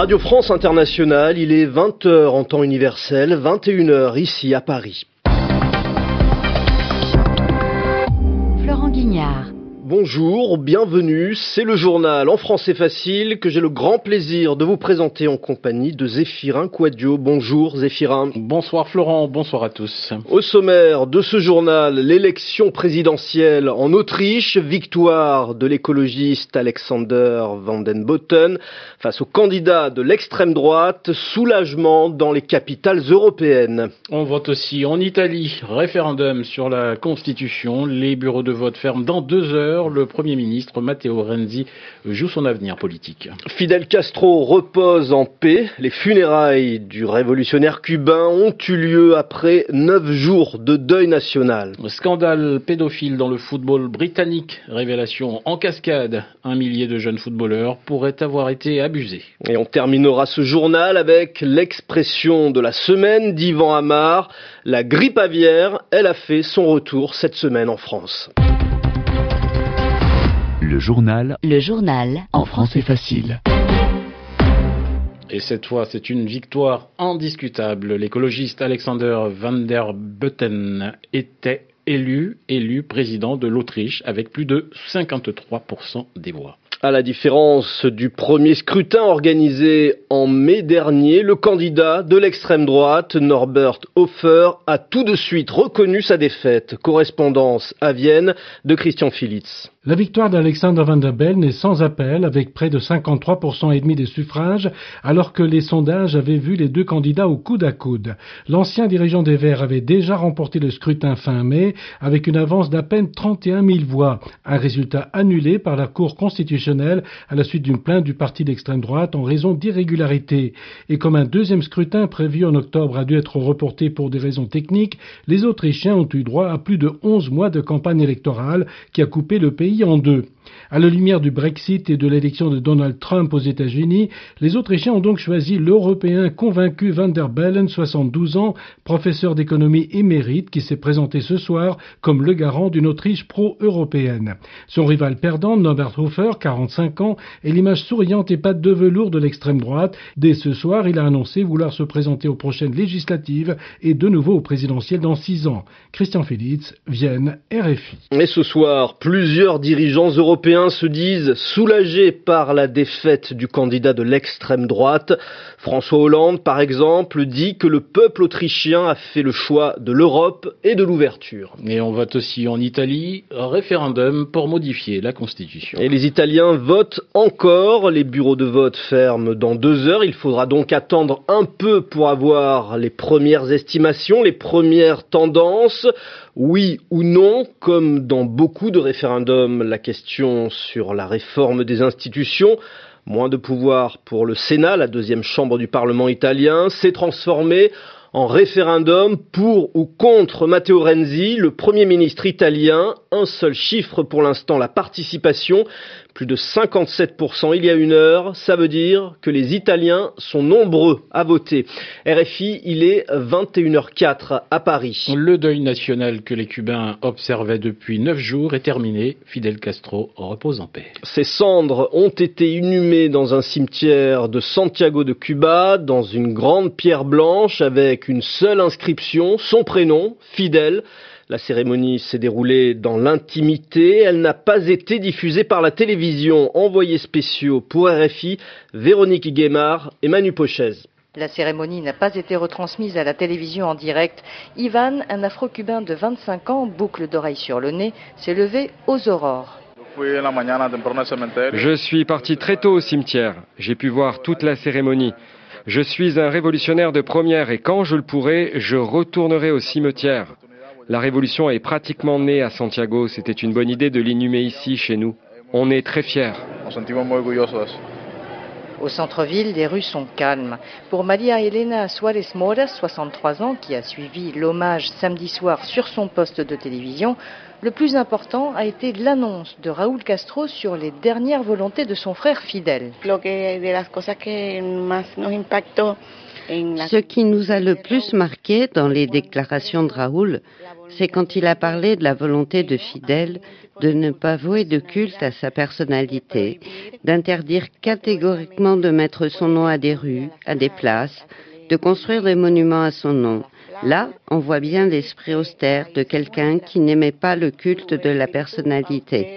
Radio France Internationale, il est 20h en temps universel, 21h ici à Paris. Florent Guignard. Bonjour, bienvenue, c'est le journal en français facile que j'ai le grand plaisir de vous présenter en compagnie de Zéphirin Quadio. Bonjour Zéphirin. Bonsoir Florent, bonsoir à tous. Au sommaire de ce journal, l'élection présidentielle en Autriche, victoire de l'écologiste Alexander Van den Botten face au candidat de l'extrême droite, soulagement dans les capitales européennes. On vote aussi en Italie, référendum sur la Constitution, les bureaux de vote ferment dans 2 heures. Le Premier ministre Matteo Renzi joue son avenir politique. Fidel Castro repose en paix. Les funérailles du révolutionnaire cubain ont eu lieu après 9 jours de deuil national. Scandale pédophile dans le football britannique. Révélation en cascade. 1 millier de jeunes footballeurs pourraient avoir été abusés. Et on terminera ce journal avec l'expression de la semaine d'Yvan Amar. La grippe aviaire, elle a fait son retour cette semaine en France. Le journal En français facile. Et cette fois, c'est une victoire indiscutable. L'écologiste Alexander Van der Botten était élu président de l'Autriche avec plus de 53% des voix. À la différence du premier scrutin organisé en mai dernier, le candidat de l'extrême droite, Norbert Hofer, a tout de suite reconnu sa défaite. Correspondance à Vienne de Christian Filitz. La victoire d'Alexander Van der Bellen est sans appel, avec près de 53% et demi des suffrages, alors que les sondages avaient vu les deux candidats au coude à coude. L'ancien dirigeant des Verts avait déjà remporté le scrutin fin mai, avec une avance d'à peine 31 000 voix. Un résultat annulé par la Cour constitutionnelle à la suite d'une plainte du parti d'extrême droite en raison d'irrégularités. Et comme un deuxième scrutin prévu en octobre a dû être reporté pour des raisons techniques, les Autrichiens ont eu droit à plus de 11 mois de campagne électorale qui a coupé le pays en deux. À la lumière du Brexit et de l'élection de Donald Trump aux États-Unis, les Autrichiens ont donc choisi l'Européen convaincu Van der Bellen, 72 ans, professeur d'économie émérite, qui s'est présenté ce soir comme le garant d'une Autriche pro-européenne. Son rival perdant, Norbert Hofer, 45 ans, est l'image souriante et patte de velours de l'extrême droite. Dès ce soir, il a annoncé vouloir se présenter aux prochaines législatives et de nouveau aux présidentielles dans 6 ans. Christian Filitz, Vienne, RFI. Et ce soir, plusieurs dirigeants européens se disent soulagés par la défaite du candidat de l'extrême droite. François Hollande, par exemple, dit que le peuple autrichien a fait le choix de l'Europe et de l'ouverture. Et on vote aussi en Italie, référendum pour modifier la Constitution. Et les Italiens votent encore. Les bureaux de vote ferment dans 2 heures. Il faudra donc attendre un peu pour avoir les premières estimations, les premières tendances. Oui ou non, comme dans beaucoup de référendums, la question sur la réforme des institutions, moins de pouvoir pour le Sénat, la deuxième chambre du Parlement italien, s'est transformée en référendum pour ou contre Matteo Renzi, le Premier ministre italien. Un seul chiffre pour l'instant, la participation, plus de 57% il y a 1 heure. Ça veut dire que les Italiens sont nombreux à voter. RFI, il est 21h04 à Paris. Le deuil national que les Cubains observaient depuis 9 jours est terminé. Fidel Castro repose en paix. Ses cendres ont été inhumées dans un cimetière de Santiago de Cuba, dans une grande pierre blanche avec une seule inscription, son prénom, Fidel. La cérémonie s'est déroulée dans l'intimité. Elle n'a pas été diffusée par la télévision. Envoyés spéciaux pour RFI, Véronique Guémard et Manu Pochez. La cérémonie n'a pas été retransmise à la télévision en direct. Ivan, un afro-cubain de 25 ans, boucle d'oreille sur le nez, s'est levé aux aurores. Je suis parti très tôt au cimetière. J'ai pu voir toute la cérémonie. Je suis un révolutionnaire de première et quand je le pourrai, je retournerai au cimetière. La révolution est pratiquement née à Santiago. C'était une bonne idée de l'inhumer ici, chez nous. On est très fiers. Au centre-ville, les rues sont calmes. Pour Maria Elena Suárez Moras, 63 ans, qui a suivi l'hommage samedi soir sur son poste de télévision, le plus important a été l'annonce de Raúl Castro sur les dernières volontés de son frère Fidel. Ce qui nous a le plus marqué dans les déclarations de Raoul, c'est quand il a parlé de la volonté de Fidel de ne pas vouer de culte à sa personnalité, d'interdire catégoriquement de mettre son nom à des rues, à des places, de construire des monuments à son nom. Là, on voit bien l'esprit austère de quelqu'un qui n'aimait pas le culte de la personnalité.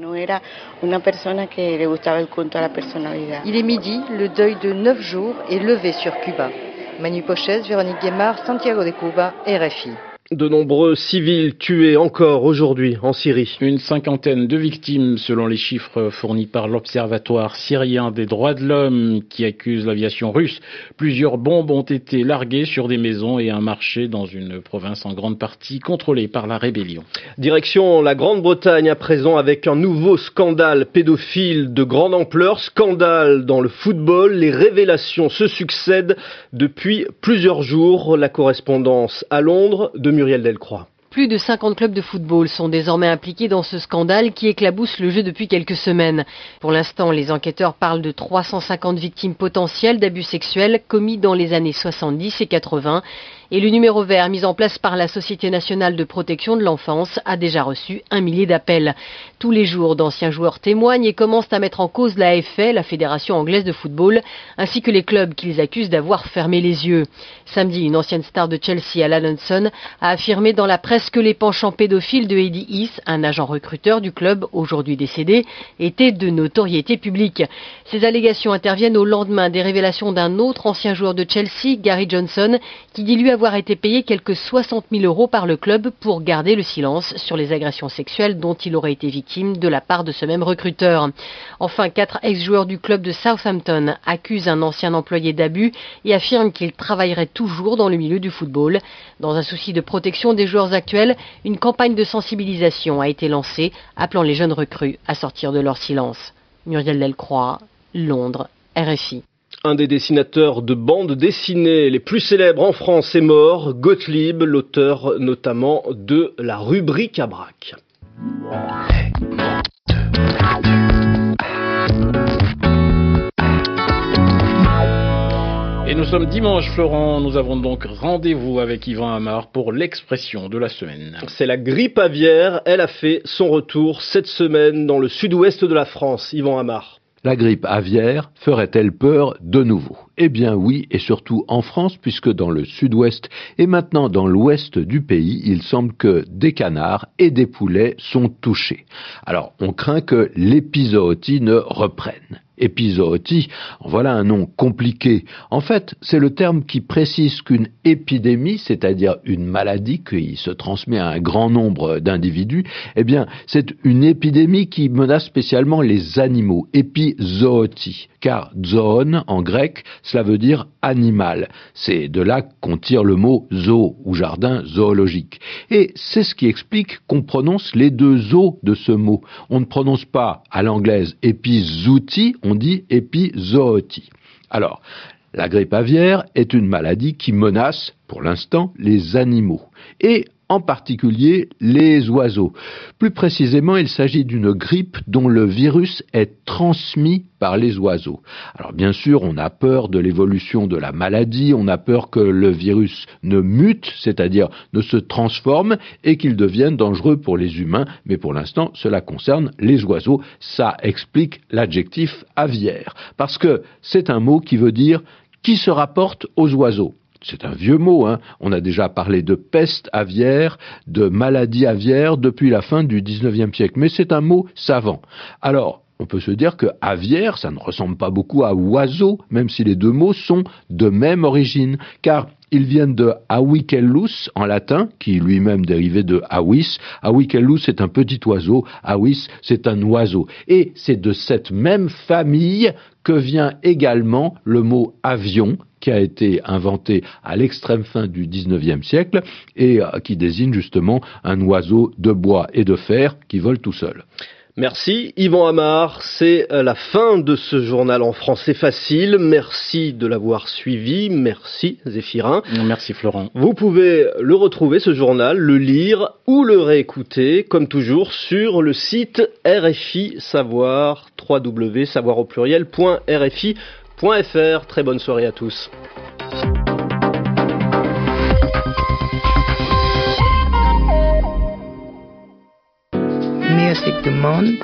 Il est midi, le deuil de 9 jours est levé sur Cuba. Manu Pochez, Véronique Guémard, Santiago de Cuba, RFI. De nombreux civils tués encore aujourd'hui en Syrie. Une cinquantaine de victimes selon les chiffres fournis par l'Observatoire syrien des droits de l'homme qui accuse l'aviation russe. Plusieurs bombes ont été larguées sur des maisons et un marché dans une province en grande partie contrôlée par la rébellion. Direction la Grande-Bretagne à présent avec un nouveau scandale pédophile de grande ampleur. Scandale dans le football. Les révélations se succèdent depuis plusieurs jours. La correspondance à Londres de Muriel Delcroix. Plus de 50 clubs de football sont désormais impliqués dans ce scandale qui éclabousse le jeu depuis quelques semaines. Pour l'instant, les enquêteurs parlent de 350 victimes potentielles d'abus sexuels commis dans les années 70 et 80. Et le numéro vert mis en place par la Société nationale de protection de l'enfance a déjà reçu 1 millier d'appels. Tous les jours, d'anciens joueurs témoignent et commencent à mettre en cause la FA, la Fédération anglaise de football, ainsi que les clubs qu'ils accusent d'avoir fermé les yeux. Samedi, une ancienne star de Chelsea, Alan Hudson, a affirmé dans la presse que les penchants pédophiles de Eddie Heath, un agent recruteur du club aujourd'hui décédé, étaient de notoriété publique. Ces allégations interviennent au lendemain des révélations d'un autre ancien joueur de Chelsea, Gary Johnson, qui dit lui avoir été payé quelques 60 000 € par le club pour garder le silence sur les agressions sexuelles dont il aurait été victime de la part de ce même recruteur. Enfin, 4 ex-joueurs du club de Southampton accusent un ancien employé d'abus et affirment qu'il travaillerait toujours dans le milieu du football. Dans un souci de protection des joueurs actuels, une campagne de sensibilisation a été lancée, appelant les jeunes recrues à sortir de leur silence. Muriel Delcroix, Londres, RFI. Un des dessinateurs de bandes dessinées les plus célèbres en France est mort, Gottlieb, l'auteur notamment de La rubrique à braque. Et nous sommes dimanche, Florent, nous avons donc rendez-vous avec Yvan Amar pour l'expression de la semaine. C'est la grippe aviaire, elle a fait son retour cette semaine dans le sud-ouest de la France, Yvan Amar. La grippe aviaire ferait-elle peur de nouveau ? Eh bien oui, et surtout en France, puisque dans le sud-ouest et maintenant dans l'ouest du pays, il semble que des canards et des poulets sont touchés. Alors, on craint que l'épizootie ne reprenne. Épizootie, voilà un nom compliqué. En fait, c'est le terme qui précise qu'une épidémie, c'est-à-dire une maladie qui se transmet à un grand nombre d'individus, eh bien, c'est une épidémie qui menace spécialement les animaux. Épizootie, car zoon en grec, cela veut dire animal. C'est de là qu'on tire le mot zoo ou jardin zoologique. Et c'est ce qui explique qu'on prononce les deux O de ce mot. On ne prononce pas à l'anglaise épizootie, on dit épizootie. Alors, la grippe aviaire est une maladie qui menace, pour l'instant, les animaux. Et en particulier les oiseaux. Plus précisément, il s'agit d'une grippe dont le virus est transmis par les oiseaux. Alors bien sûr, on a peur de l'évolution de la maladie, on a peur que le virus ne mute, c'est-à-dire ne se transforme et qu'il devienne dangereux pour les humains, mais pour l'instant, cela concerne les oiseaux. Ça explique l'adjectif aviaire, parce que c'est un mot qui veut dire qui se rapporte aux oiseaux. C'est un vieux mot, hein. On a déjà parlé de peste aviaire, de maladie aviaire depuis la fin du 19e siècle, mais c'est un mot savant. Alors, on peut se dire que aviaire, ça ne ressemble pas beaucoup à oiseau, même si les deux mots sont de même origine, car ils viennent de avicellus en latin, qui lui-même dérivé de avis. Avicellus c'est un petit oiseau, avis c'est un oiseau. Et c'est de cette même famille que vient également le mot avion, qui a été inventé à l'extrême fin du 19e siècle et qui désigne justement un oiseau de bois et de fer qui vole tout seul. Merci Yvan Amar, c'est la fin de ce journal en français facile. Merci de l'avoir suivi, merci Zéphirin. Merci Florent. Vous pouvez le retrouver ce journal, le lire ou le réécouter comme toujours sur le site RFI Savoir, www.savoir.rfi.fr. Très bonne soirée à tous. du monde